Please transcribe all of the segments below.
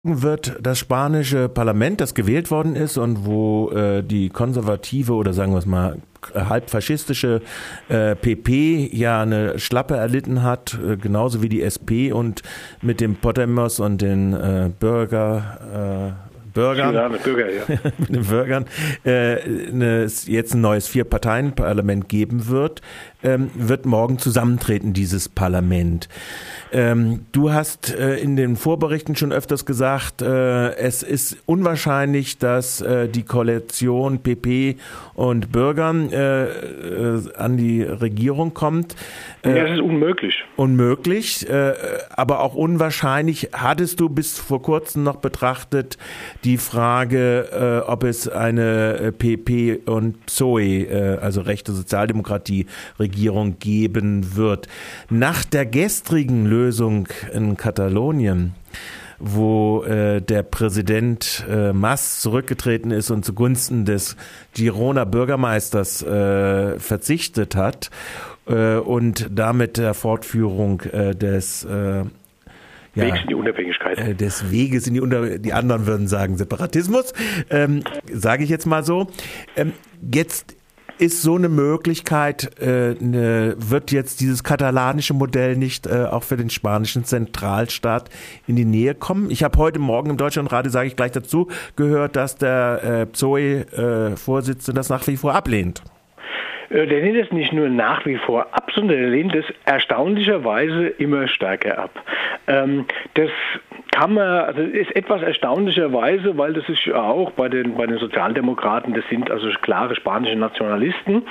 wird das spanische Parlament, das gewählt worden ist und wo die konservative oder sagen wir es mal halb faschistische PP ja eine Schlappe erlitten hat, genauso wie die SP und mit dem Podemos und den Bürgern, ja. mit den Bürgern jetzt ein neues Vier-Parteien-Parlament geben wird, wird morgen zusammentreten, dieses Parlament. Du hast in den Vorberichten schon öfters gesagt, es ist unwahrscheinlich, dass die Koalition PP und Bürgern an die Regierung kommt. Ja, das ist unmöglich. Unmöglich, aber auch unwahrscheinlich. Hattest du bis vor kurzem noch betrachtet die Frage, ob es eine PP und PSOE, also rechte Sozialdemokratie-Regierung geben wird? Nach der gestrigen Lösung in Katalonien, wo der Präsident Mas zurückgetreten ist und zugunsten des Girona Bürgermeisters verzichtet hat und damit der Fortführung des Wegs in die Unabhängigkeit. Des Weges in die anderen würden sagen Separatismus, sage ich jetzt mal so. Jetzt ist so eine Möglichkeit, wird jetzt dieses katalanische Modell nicht auch für den spanischen Zentralstaat in die Nähe kommen? Ich habe heute Morgen im Deutschlandradio, sage ich gleich dazu, gehört, dass der PSOE-Vorsitzende das nach wie vor ablehnt. Der lehnt es nicht nur nach wie vor ab, sondern er lehnt es erstaunlicherweise immer stärker ab. Das kann man, also ist etwas erstaunlicherweise, weil das ist ja auch bei den Sozialdemokraten, das sind also klare spanische Nationalisten.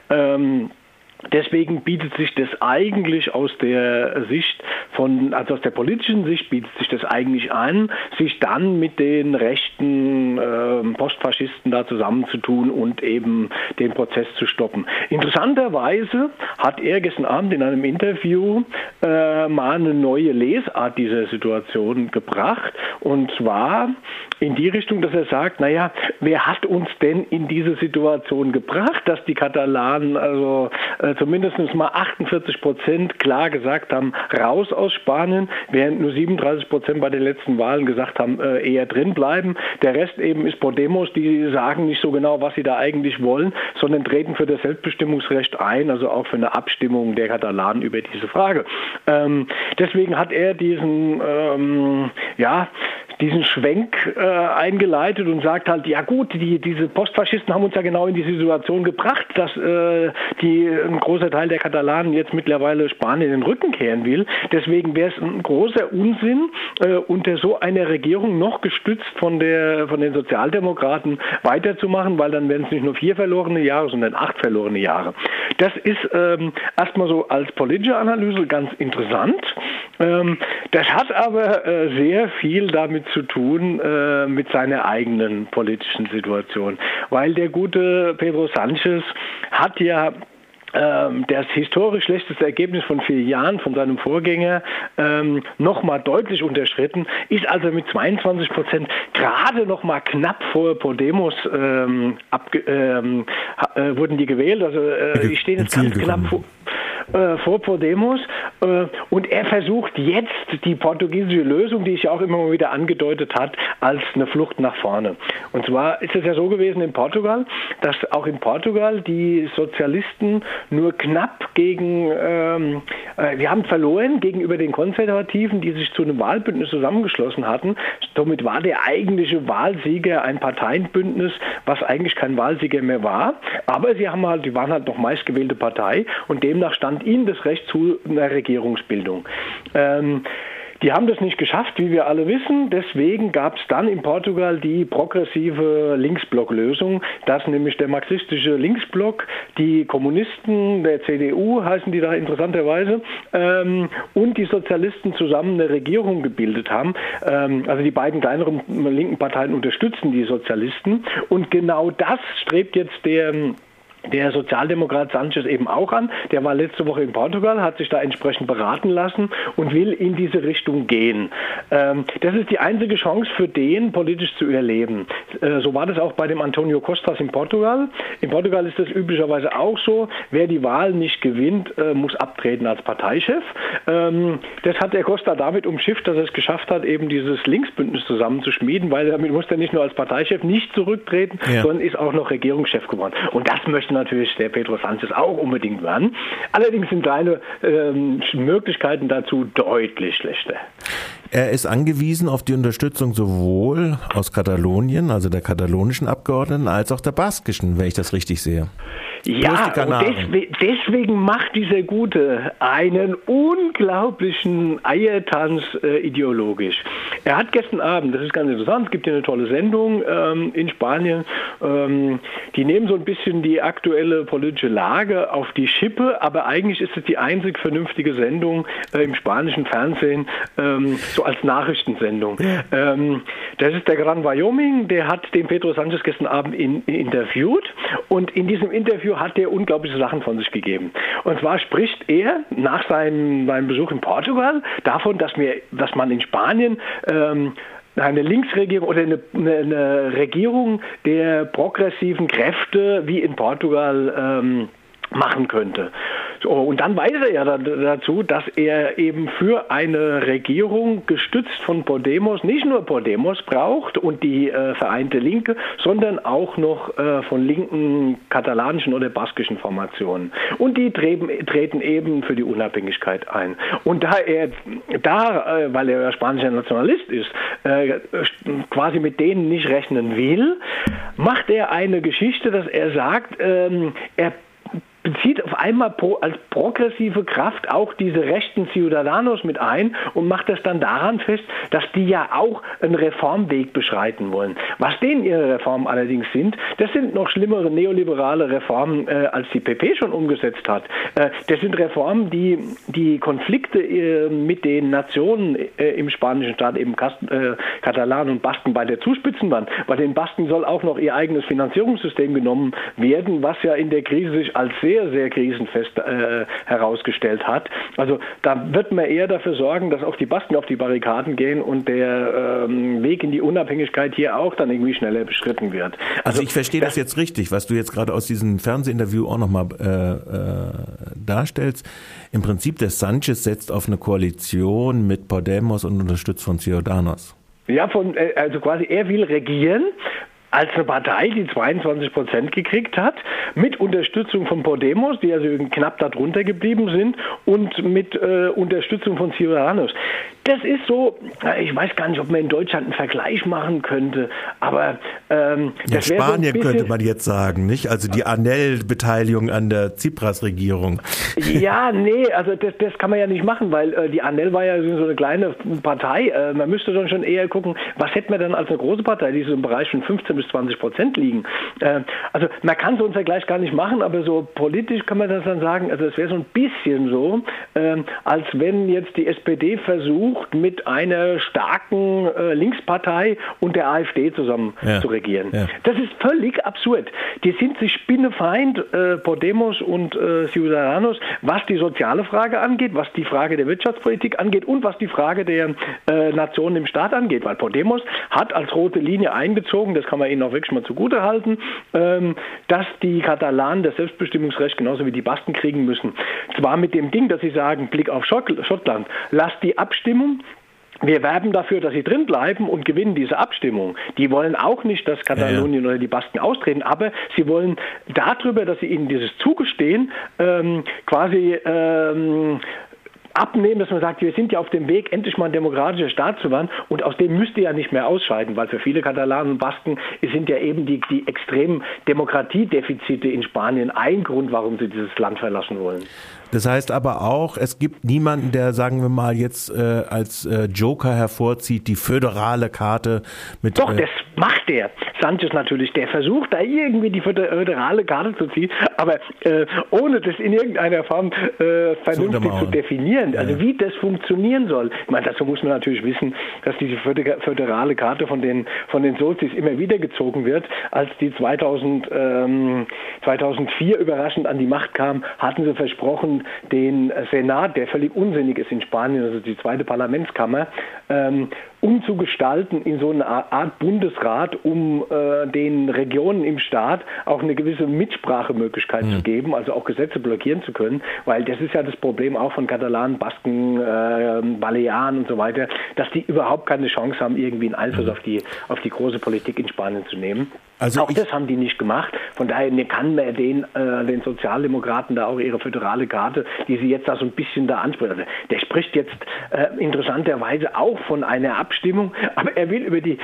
Deswegen bietet sich das eigentlich aus der Sicht aus der politischen Sicht bietet sich das eigentlich an, sich dann mit den rechten Postfaschisten da zusammenzutun und eben den Prozess zu stoppen. Interessanterweise hat er gestern Abend in einem Interview mal eine neue Lesart dieser Situation gebracht, und zwar in die Richtung, dass er sagt, naja, wer hat uns denn in diese Situation gebracht, dass die Katalanen also zumindest mal 48% klar gesagt haben, raus aus Spanien, während nur 37% bei den letzten Wahlen gesagt haben, eher drin bleiben. Der Rest eben ist Podemos, die sagen nicht so genau, was sie da eigentlich wollen, sondern treten für das Selbstbestimmungsrecht ein, also auch für eine Abstimmung der Katalanen über diese Frage. Deswegen hat er diesen Schwenk eingeleitet und sagt halt, ja gut, diese Postfaschisten haben uns ja genau in die Situation gebracht, dass ein großer Teil der Katalanen jetzt mittlerweile Spanien den Rücken kehren will. Deswegen wäre es ein großer Unsinn, unter so einer Regierung noch gestützt von den Sozialdemokraten weiterzumachen, weil dann wären es nicht nur 4 verlorene Jahre, sondern 8 verlorene Jahre. Das ist erstmal so als politische Analyse ganz interessant. Das hat aber sehr viel damit zu tun mit seiner eigenen politischen Situation, weil der gute Pedro Sánchez hat ja das historisch schlechteste Ergebnis von 4 Jahren von seinem Vorgänger nochmal deutlich unterschritten, ist also mit 22% gerade nochmal knapp vor Podemos wurden die gewählt, also die stehen jetzt ganz knapp vor Podemos, und er versucht jetzt die portugiesische Lösung, die ich ja auch immer mal wieder angedeutet hat, als eine Flucht nach vorne. Und zwar ist es ja so gewesen in Portugal, dass auch in Portugal die Sozialisten nur knapp wir haben verloren gegenüber den Konservativen, die sich zu einem Wahlbündnis zusammengeschlossen hatten. Somit war der eigentliche Wahlsieger ein Parteienbündnis, was eigentlich kein Wahlsieger mehr war. Aber die waren halt noch meistgewählte Partei, und demnach stand ihnen das Recht zu einer Regierungsbildung. Die haben das nicht geschafft, wie wir alle wissen. Deswegen gab es dann in Portugal die progressive Linksblock-Lösung, dass nämlich der marxistische Linksblock, die Kommunisten der CDU heißen die da interessanterweise, und die Sozialisten zusammen eine Regierung gebildet haben. Also die beiden kleineren linken Parteien unterstützen die Sozialisten. Und genau das strebt jetzt der der Sozialdemokrat Sánchez eben auch an. Der war letzte Woche in Portugal, hat sich da entsprechend beraten lassen und will in diese Richtung gehen. Das ist die einzige Chance für den, politisch zu überleben. So war das auch bei dem António Costa in Portugal. In Portugal ist das üblicherweise auch so. Wer die Wahl nicht gewinnt, muss abtreten als Parteichef. Das hat der Costa damit umschifft, dass er es geschafft hat, eben dieses Linksbündnis zusammenzuschmieden, weil damit muss er nicht nur als Parteichef nicht zurücktreten, sondern ist auch noch Regierungschef geworden. Und das möchte natürlich der Pedro Sánchez auch unbedingt werden. Allerdings sind seine Möglichkeiten dazu deutlich schlechter. Er ist angewiesen auf die Unterstützung sowohl aus Katalonien, also der katalonischen Abgeordneten, als auch der baskischen, wenn ich das richtig sehe. Ja, und deswegen macht dieser Gute einen unglaublichen Eiertanz ideologisch. Er hat gestern Abend, das ist ganz interessant, es gibt hier eine tolle Sendung in Spanien, die nehmen so ein bisschen die aktuelle politische Lage auf die Schippe, aber eigentlich ist es die einzig vernünftige Sendung im spanischen Fernsehen, so als Nachrichtensendung. Das ist der Gran Wyoming, der hat den Pedro Sánchez gestern Abend interviewt und in diesem Interview hat er unglaubliche Sachen von sich gegeben. Und zwar spricht er nach seinem Besuch in Portugal davon, dass man in Spanien eine Linksregierung oder eine Regierung der progressiven Kräfte wie in Portugal machen könnte. So, und dann weiß er ja dazu, dass er eben für eine Regierung gestützt von Podemos nicht nur Podemos braucht und die vereinte Linke, sondern auch noch von linken katalanischen oder baskischen Formationen. Und die treten eben für die Unabhängigkeit ein. Und weil er spanischer Nationalist ist, quasi mit denen nicht rechnen will, macht er eine Geschichte, dass er sagt, er bezieht auf einmal als progressive Kraft auch diese rechten Ciudadanos mit ein und macht das dann daran fest, dass die ja auch einen Reformweg beschreiten wollen. Was denen ihre Reformen allerdings sind, das sind noch schlimmere neoliberale Reformen, als die PP schon umgesetzt hat. Das sind Reformen, die die Konflikte mit den Nationen im spanischen Staat, eben Katalanen und Basken, weiter zuspitzen waren. Bei den Basken soll auch noch ihr eigenes Finanzierungssystem genommen werden, was ja in der Krise sich als sehr, sehr krisenfest herausgestellt hat. Also da wird man eher dafür sorgen, dass auch die Basken auf die Barrikaden gehen und der Weg in die Unabhängigkeit hier auch dann irgendwie schneller beschritten wird. Also ich verstehe das jetzt richtig, was du jetzt gerade aus diesem Fernsehinterview auch nochmal darstellst. Im Prinzip der Sánchez setzt auf eine Koalition mit Podemos und unterstützt von Ciudadanos. Ja, also quasi er will regieren als eine Partei, die 22% gekriegt hat, mit Unterstützung von Podemos, die also knapp darunter geblieben sind, und mit Unterstützung von Ciudadanos. Das ist so, ich weiß gar nicht, ob man in Deutschland einen Vergleich machen könnte, aber das wäre Spanien so könnte man jetzt sagen, nicht? Also die ANEL-Beteiligung an der Tsipras-Regierung. Ja, nee, also das kann man ja nicht machen, weil die ANEL war ja so eine kleine Partei. Man müsste dann schon eher gucken, was hätten wir dann als eine große Partei, die so im Bereich von 15-20% liegen. Also man kann so einen Vergleich gar nicht machen, aber so politisch kann man das dann sagen, also es wäre so ein bisschen so, als wenn jetzt die SPD versucht, mit einer starken Linkspartei und der AfD zusammen zu regieren. Ja. Das ist völlig absurd. Die sind sich spinnefeind, Podemos und Ciudadanos, was die soziale Frage angeht, was die Frage der Wirtschaftspolitik angeht und was die Frage der Nationen im Staat angeht. Weil Podemos hat als rote Linie eingezogen, das kann man ihnen auch wirklich mal zugute halten, dass die Katalanen das Selbstbestimmungsrecht genauso wie die Basken kriegen müssen. Zwar mit dem Ding, dass sie sagen, Blick auf Schottland, lasst die Abstimmung. Wir werben dafür, dass sie drin bleiben und gewinnen diese Abstimmung. Die wollen auch nicht, dass Katalonien oder die Basken austreten, aber sie wollen darüber, dass sie ihnen dieses zugestehen, quasi abnehmen, dass man sagt, wir sind ja auf dem Weg, endlich mal ein demokratischer Staat zu werden und aus dem müsst ihr ja nicht mehr ausscheiden, weil für viele Katalanen und Basken sind ja eben die extremen Demokratiedefizite in Spanien ein Grund, warum sie dieses Land verlassen wollen. Das heißt aber auch, es gibt niemanden, der, sagen wir mal, jetzt als Joker hervorzieht, die föderale Karte mit... Doch, das macht der. Sanchez natürlich, der versucht da irgendwie die föderale Karte zu ziehen, aber ohne das in irgendeiner Form vernünftig zu definieren. Also wie das funktionieren soll. Ich meine, dazu muss man natürlich wissen, dass diese föderale Karte von den Sozis immer wieder gezogen wird. Als die 2004 überraschend an die Macht kam, hatten sie versprochen, den Senat, der völlig unsinnig ist in Spanien, also die zweite Parlamentskammer, umzugestalten in so eine Art Bundesrat, um den Regionen im Staat auch eine gewisse Mitsprachemöglichkeit zu geben, also auch Gesetze blockieren zu können, weil das ist ja das Problem auch von Katalanen, Basken, Balearen und so weiter, dass die überhaupt keine Chance haben, irgendwie einen Einfluss auf die große Politik in Spanien zu nehmen. Also auch das haben die nicht gemacht. Von daher kann man den Sozialdemokraten da auch ihre föderale Karte, die sie jetzt da so ein bisschen da ansprechen. Also der spricht jetzt interessanterweise auch von einer Abstimmung, aber er will über die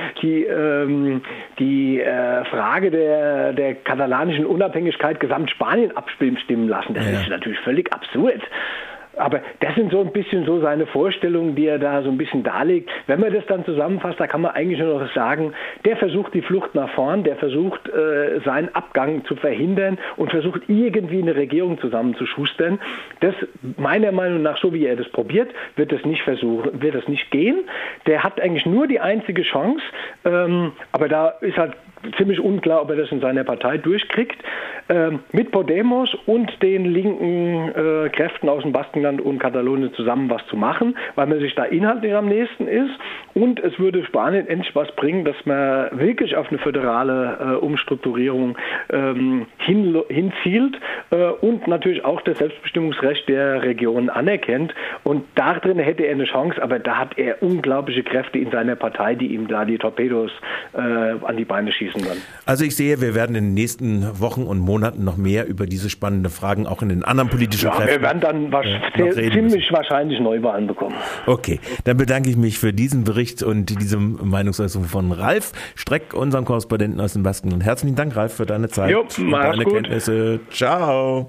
Frage der katalanischen Unabhängigkeit Gesamtspanien abstimmen lassen. Das ist natürlich völlig absurd. Aber das sind so ein bisschen so seine Vorstellungen, die er da so ein bisschen darlegt. Wenn man das dann zusammenfasst, da kann man eigentlich nur noch sagen, der versucht die Flucht nach vorn, der versucht seinen Abgang zu verhindern und versucht irgendwie eine Regierung zusammenzuschustern. Das meiner Meinung nach, so wie er das probiert, wird das nicht gehen. Der hat eigentlich nur die einzige Chance, aber da ist halt ziemlich unklar, ob er das in seiner Partei durchkriegt, mit Podemos und den linken Kräften aus dem Baskenland und Katalonien zusammen was zu machen, weil man sich da inhaltlich am nächsten ist. Und es würde Spanien endlich was bringen, dass man wirklich auf eine föderale Umstrukturierung hinzielt und natürlich auch das Selbstbestimmungsrecht der Regionen anerkennt. Und darin hätte er eine Chance, aber da hat er unglaubliche Kräfte in seiner Partei, die ihm da die Torpedos an die Beine schießen. Also ich sehe, wir werden in den nächsten Wochen und Monaten noch mehr über diese spannenden Fragen auch in den anderen politischen Kräften. Wir werden dann ziemlich wahrscheinlich Neuwahlen bekommen. Okay, dann bedanke ich mich für diesen Bericht und diese Meinungsäußerung von Ralf Streck, unserem Korrespondenten aus dem Baskenland. Herzlichen Dank, Ralf, für deine Zeit und deine Kenntnisse. Ciao.